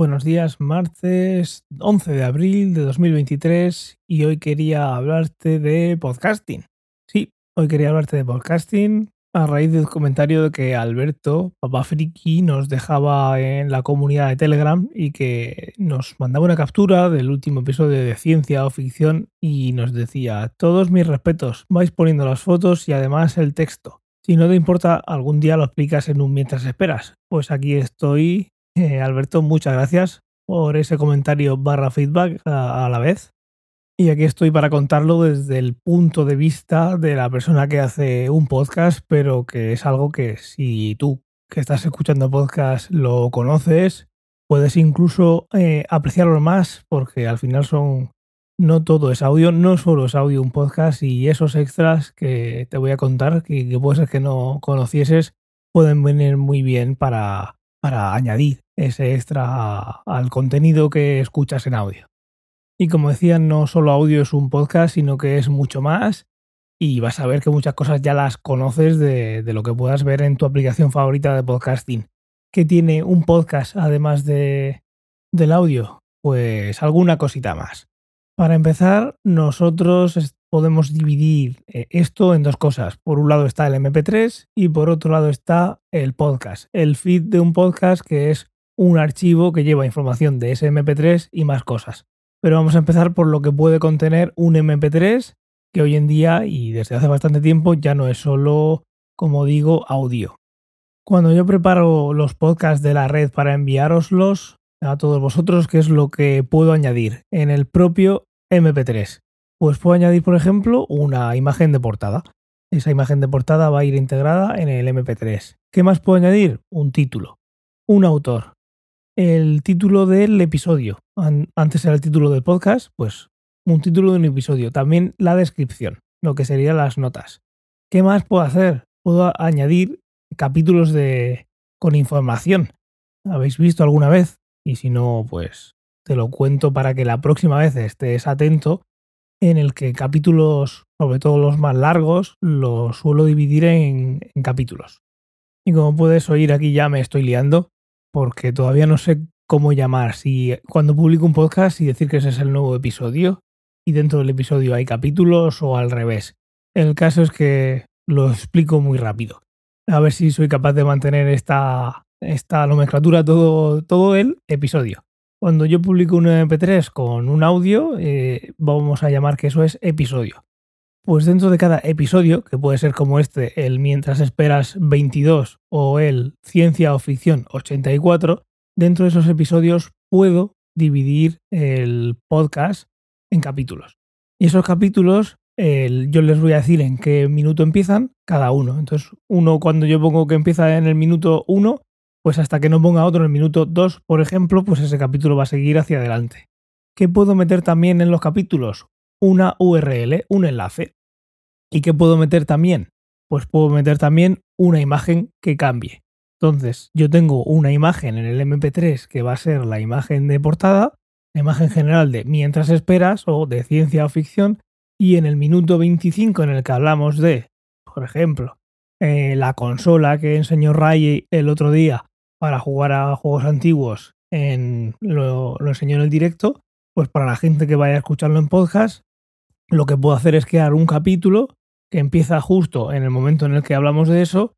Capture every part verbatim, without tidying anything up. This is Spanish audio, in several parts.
Buenos días, martes once de abril de dos mil veintitrés y hoy quería hablarte de podcasting. Sí, hoy quería hablarte de podcasting a raíz del comentario de que Alberto, papá friki, nos dejaba en la comunidad de Telegram y que nos mandaba una captura del último episodio de Ciencia o Ficción y nos decía: todos mis respetos, vais poniendo las fotos y además el texto. Si no te importa, algún día lo explicas en un mientras esperas. Pues aquí estoy. Eh, Alberto, muchas gracias por ese comentario barra feedback a, a la vez. Y aquí estoy para contarlo desde el punto de vista de la persona que hace un podcast, pero que es algo que si tú que estás escuchando podcast lo conoces, puedes incluso eh, apreciarlo más, porque al final son no todo es audio, no solo es audio un podcast, y esos extras que te voy a contar, que, que puede ser que no conocieses, pueden venir muy bien para para añadir ese extra a, al contenido que escuchas en audio. Y como decía, no solo audio es un podcast, sino que es mucho más y vas a ver que muchas cosas ya las conoces de, de lo que puedas ver en tu aplicación favorita de podcasting. ¿Qué tiene un podcast además de, del audio? Pues alguna cosita más. Para empezar, nosotros podemos dividir esto en dos cosas. Por un lado está el eme pe tres y por otro lado está el podcast. El feed de un podcast, que es un archivo que lleva información de ese eme pe tres y más cosas. Pero vamos a empezar por lo que puede contener un eme pe tres, que hoy en día y desde hace bastante tiempo ya no es solo, como digo, audio. Cuando yo preparo los podcasts de la red para enviároslos a todos vosotros, ¿qué es lo que puedo añadir en el propio eme pe tres? Pues puedo añadir, por ejemplo, una imagen de portada. Esa imagen de portada va a ir integrada en el eme pe tres. ¿Qué más puedo añadir? Un título, un autor, el título del episodio. Antes era el título del podcast, pues un título de un episodio. También la descripción, lo que serían las notas. ¿Qué más puedo hacer? Puedo añadir capítulos de con información. ¿Habéis visto alguna vez? Y si no, pues te lo cuento para que la próxima vez estés atento, en el que capítulos, sobre todo los más largos, los suelo dividir en, en capítulos. Y como puedes oír, aquí ya me estoy liando, porque todavía no sé cómo llamar, si cuando publico un podcast y decir que ese es el nuevo episodio, y dentro del episodio hay capítulos, o al revés. El caso es que lo explico muy rápido. A ver si soy capaz de mantener esta, esta nomenclatura todo, todo el episodio. Cuando yo publico un eme pe tres con un audio, eh, vamos a llamar que eso es episodio. Pues dentro de cada episodio, que puede ser como este, el Mientras Esperas veintidós o el Ciencia o Ficción ochenta y cuatro, dentro de esos episodios puedo dividir el podcast en capítulos. Y esos capítulos, el, yo les voy a decir en qué minuto empiezan cada uno. Entonces, uno, cuando yo pongo que empieza en el minuto uno, pues hasta que no ponga otro en el minuto dos, por ejemplo, pues ese capítulo va a seguir hacia adelante. ¿Qué puedo meter también en los capítulos? Una u erre ele, un enlace. ¿Y qué puedo meter también? Pues puedo meter también una imagen que cambie. Entonces, yo tengo una imagen en el eme pe tres que va a ser la imagen de portada, la imagen general de Mientras Esperas o de Ciencia o Ficción, y en el minuto veinticinco en el que hablamos de, por ejemplo, eh, la consola que enseñó Ray el otro día para jugar a juegos antiguos, en, lo, lo enseñó en el directo, pues para la gente que vaya a escucharlo en podcast, lo que puedo hacer es crear un capítulo que empieza justo en el momento en el que hablamos de eso,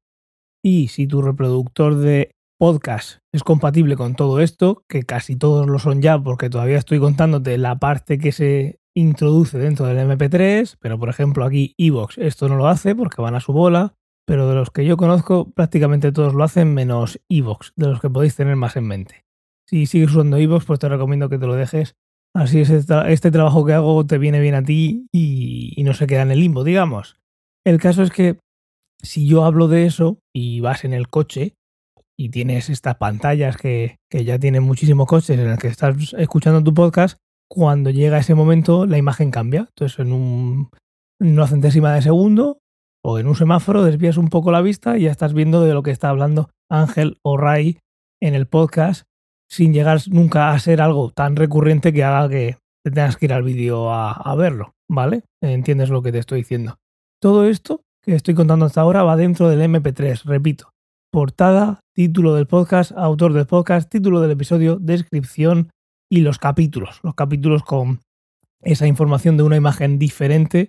y si tu reproductor de podcast es compatible con todo esto, que casi todos lo son ya porque todavía estoy contándote la parte que se introduce dentro del eme pe tres, pero por ejemplo aquí iVoox esto no lo hace porque van a su bola, pero de los que yo conozco prácticamente todos lo hacen menos iVoox, de los que podéis tener más en mente. Si sigues usando iVoox, pues te recomiendo que te lo dejes. Así es, este trabajo que hago te viene bien a ti y, y no se queda en el limbo, digamos. El caso es que si yo hablo de eso y vas en el coche y tienes estas pantallas que, que ya tienen muchísimos coches en el que estás escuchando tu podcast, cuando llega ese momento la imagen cambia. Entonces en, un, en una centésima de segundo o en un semáforo desvías un poco la vista y ya estás viendo de lo que está hablando Ángel o Ray en el podcast, sin llegar nunca a ser algo tan recurrente que haga que te tengas que ir al vídeo a, a verlo, ¿vale? ¿Entiendes lo que te estoy diciendo? Todo esto que estoy contando hasta ahora va dentro del eme pe tres, repito. portada, título del podcast, autor del podcast, título del episodio, descripción y los capítulos. Los capítulos con esa información de una imagen diferente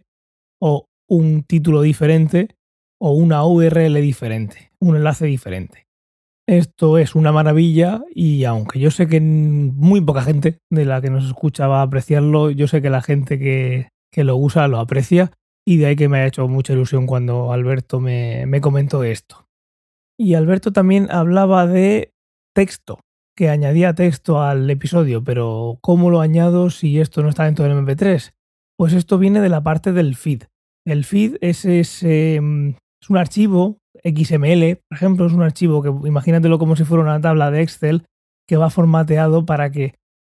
o un título diferente o una U R L diferente, un enlace diferente. Esto es una maravilla y aunque yo sé que muy poca gente de la que nos escucha va a apreciarlo, yo sé que la gente que, que lo usa lo aprecia y de ahí que me ha hecho mucha ilusión cuando Alberto me, me comentó esto. Y Alberto también hablaba de texto, que añadía texto al episodio, pero ¿cómo lo añado si esto no está dentro del eme pe tres? Pues esto viene de la parte del feed. El feed es, ese, es un archivo equis eme ele, por ejemplo, es un archivo que imagínatelo como si fuera una tabla de Excel que va formateado para que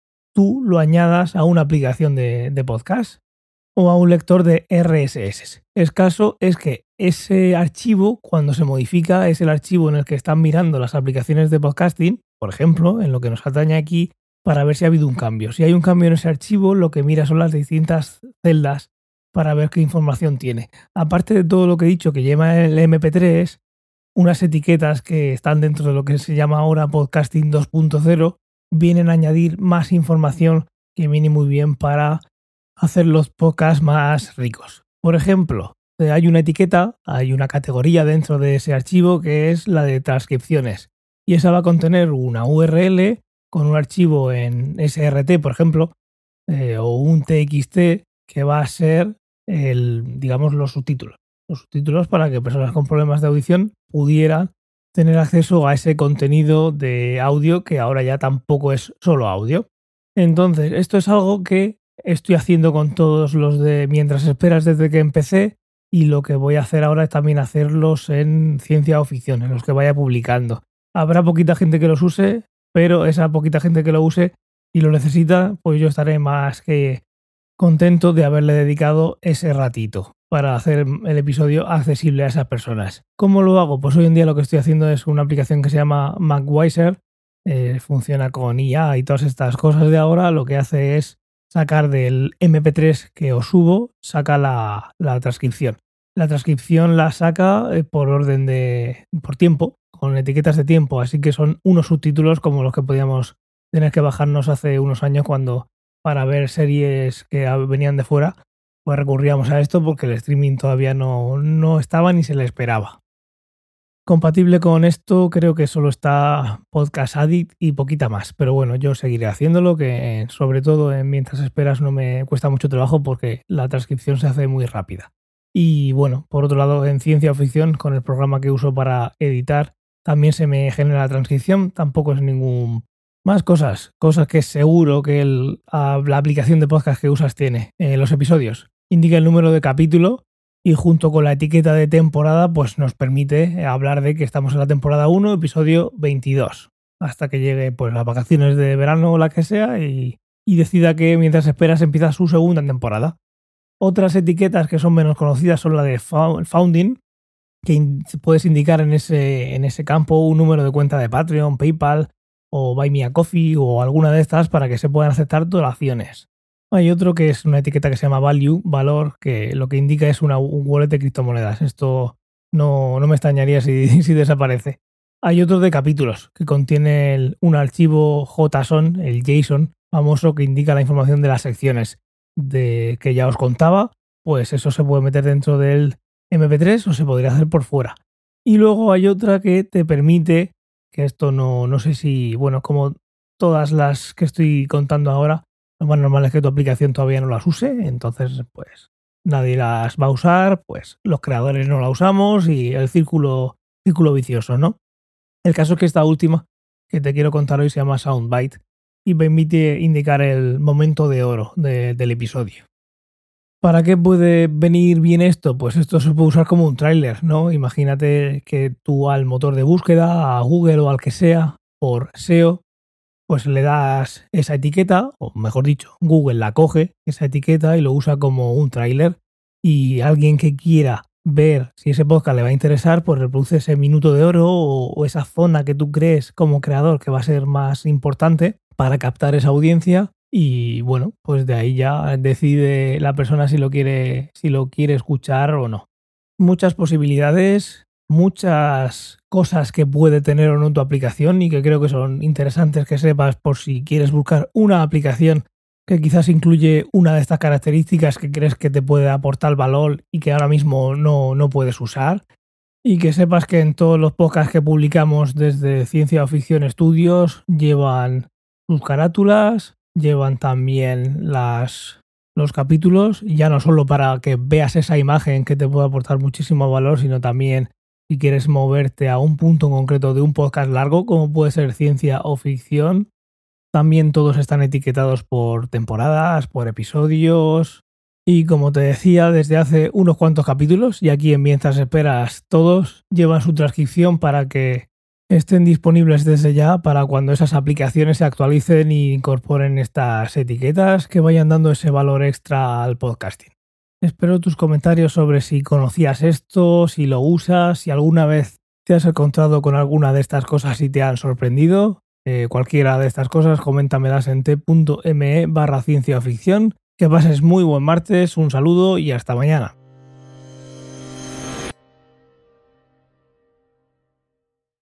tú lo añadas a una aplicación de, de podcast o a un lector de erre ese ese. El caso es que ese archivo, cuando se modifica, es el archivo en el que están mirando las aplicaciones de podcasting, por ejemplo, en lo que nos atañe aquí, para ver si ha habido un cambio. Si hay un cambio en ese archivo, lo que mira son las distintas celdas para ver qué información tiene. Aparte de todo lo que he dicho que lleva el eme pe tres, unas etiquetas que están dentro de lo que se llama ahora Podcasting dos punto cero vienen a añadir más información que viene muy bien para hacer los podcasts más ricos. Por ejemplo, hay una etiqueta, hay una categoría dentro de ese archivo que es la de transcripciones y esa va a contener una U erre ele con un archivo en ese erre te, por ejemplo, eh, o un te equis te que va a ser el, digamos, los subtítulos. Los subtítulos para que personas con problemas de audición pudieran tener acceso a ese contenido de audio que ahora ya tampoco es solo audio. Entonces, esto es algo que estoy haciendo con todos los de Mientras Esperas desde que empecé y lo que voy a hacer ahora es también hacerlos en ciencia o ficción, en los que vaya publicando. Habrá poquita gente que los use, pero esa poquita gente que lo use y lo necesita, pues yo estaré más que contento de haberle dedicado ese ratito para hacer el episodio accesible a esas personas. ¿Cómo lo hago? Pues hoy en día lo que estoy haciendo es una aplicación que se llama MacWiser, eh, funciona con i a y todas estas cosas de ahora. Lo que hace es sacar del eme pe tres que os subo, saca la, la transcripción. La transcripción la saca eh, por orden de, por tiempo, con etiquetas de tiempo, así que son unos subtítulos como los que podíamos tener que bajarnos hace unos años cuando para ver series que venían de fuera, pues recurríamos a esto porque el streaming todavía no, no estaba ni se le esperaba. Compatible con esto creo que solo está Podcast Addict y poquita más, pero bueno, yo seguiré haciéndolo, que sobre todo en Mientras Esperas no me cuesta mucho trabajo porque la transcripción se hace muy rápida. Y bueno, por otro lado, en ciencia o ficción, con el programa que uso para editar, también se me genera la transcripción, tampoco es ningún... Más cosas, cosas que seguro que el, a, la aplicación de podcast que usas tiene. Eh, los episodios. Indica el número de capítulo y junto con la etiqueta de temporada pues nos permite hablar de que estamos en la temporada uno, episodio veintidós. Hasta que llegue pues las vacaciones de verano o la que sea y, y decida que Mientras Esperas empieza su segunda temporada. Otras etiquetas que son menos conocidas son la de Founding, que in, puedes indicar en ese, en ese campo un número de cuenta de Patreon, PayPal o Buy Me a Coffee o alguna de estas para que se puedan aceptar donaciones. Hay otro que es una etiqueta que se llama Value, valor, que lo que indica es una, un wallet de criptomonedas. Esto no, no me extrañaría si, si desaparece. Hay otro de capítulos que contiene el, un archivo JSON, el JSON famoso, que indica la información de las secciones de, que ya os contaba. Pues eso se puede meter dentro del eme pe tres o se podría hacer por fuera. Y luego hay otra que te permite, que esto no, no sé si, bueno, como todas las que estoy contando ahora, lo más normal es que tu aplicación todavía no las use, entonces pues nadie las va a usar, pues los creadores no la usamos y el círculo, círculo vicioso, ¿no? El caso es que esta última que te quiero contar hoy se llama Soundbite y permite indicar el momento de oro de, del episodio. ¿Para qué puede venir bien esto? Pues esto se puede usar como un tráiler, ¿no? Imagínate que tú al motor de búsqueda, a Google o al que sea, por S E O, pues le das esa etiqueta, o mejor dicho, Google la coge, esa etiqueta, y lo usa como un tráiler. Y alguien que quiera ver si ese podcast le va a interesar, pues reproduce ese minuto de oro o, o esa zona que tú crees como creador que va a ser más importante para captar esa audiencia. Y bueno, pues de ahí ya decide la persona si lo quiere, si lo quiere escuchar o no. Muchas posibilidades. muchas cosas que puede tener o no tu aplicación y que creo que son interesantes que sepas por si quieres buscar una aplicación que quizás incluye una de estas características que crees que te puede aportar valor y que ahora mismo no, no puedes usar. Y que sepas que en todos los podcasts que publicamos desde Ciencia o Ficción Estudios llevan sus carátulas, llevan también las, los capítulos, ya no solo para que veas esa imagen que te puede aportar muchísimo valor, sino también si quieres moverte a un punto en concreto de un podcast largo, como puede ser Ciencia o Ficción. También todos están etiquetados por temporadas, por episodios. Y como te decía, desde hace unos cuantos capítulos, y aquí en Mientras Esperas todos llevan su transcripción para que estén disponibles desde ya para cuando esas aplicaciones se actualicen e incorporen estas etiquetas que vayan dando ese valor extra al podcasting. Espero tus comentarios sobre si conocías esto, si lo usas, si alguna vez te has encontrado con alguna de estas cosas y te han sorprendido. Eh, cualquiera de estas cosas, coméntamelas en t.me barra ciencia o ficción. Que pases muy buen martes, un saludo y hasta mañana.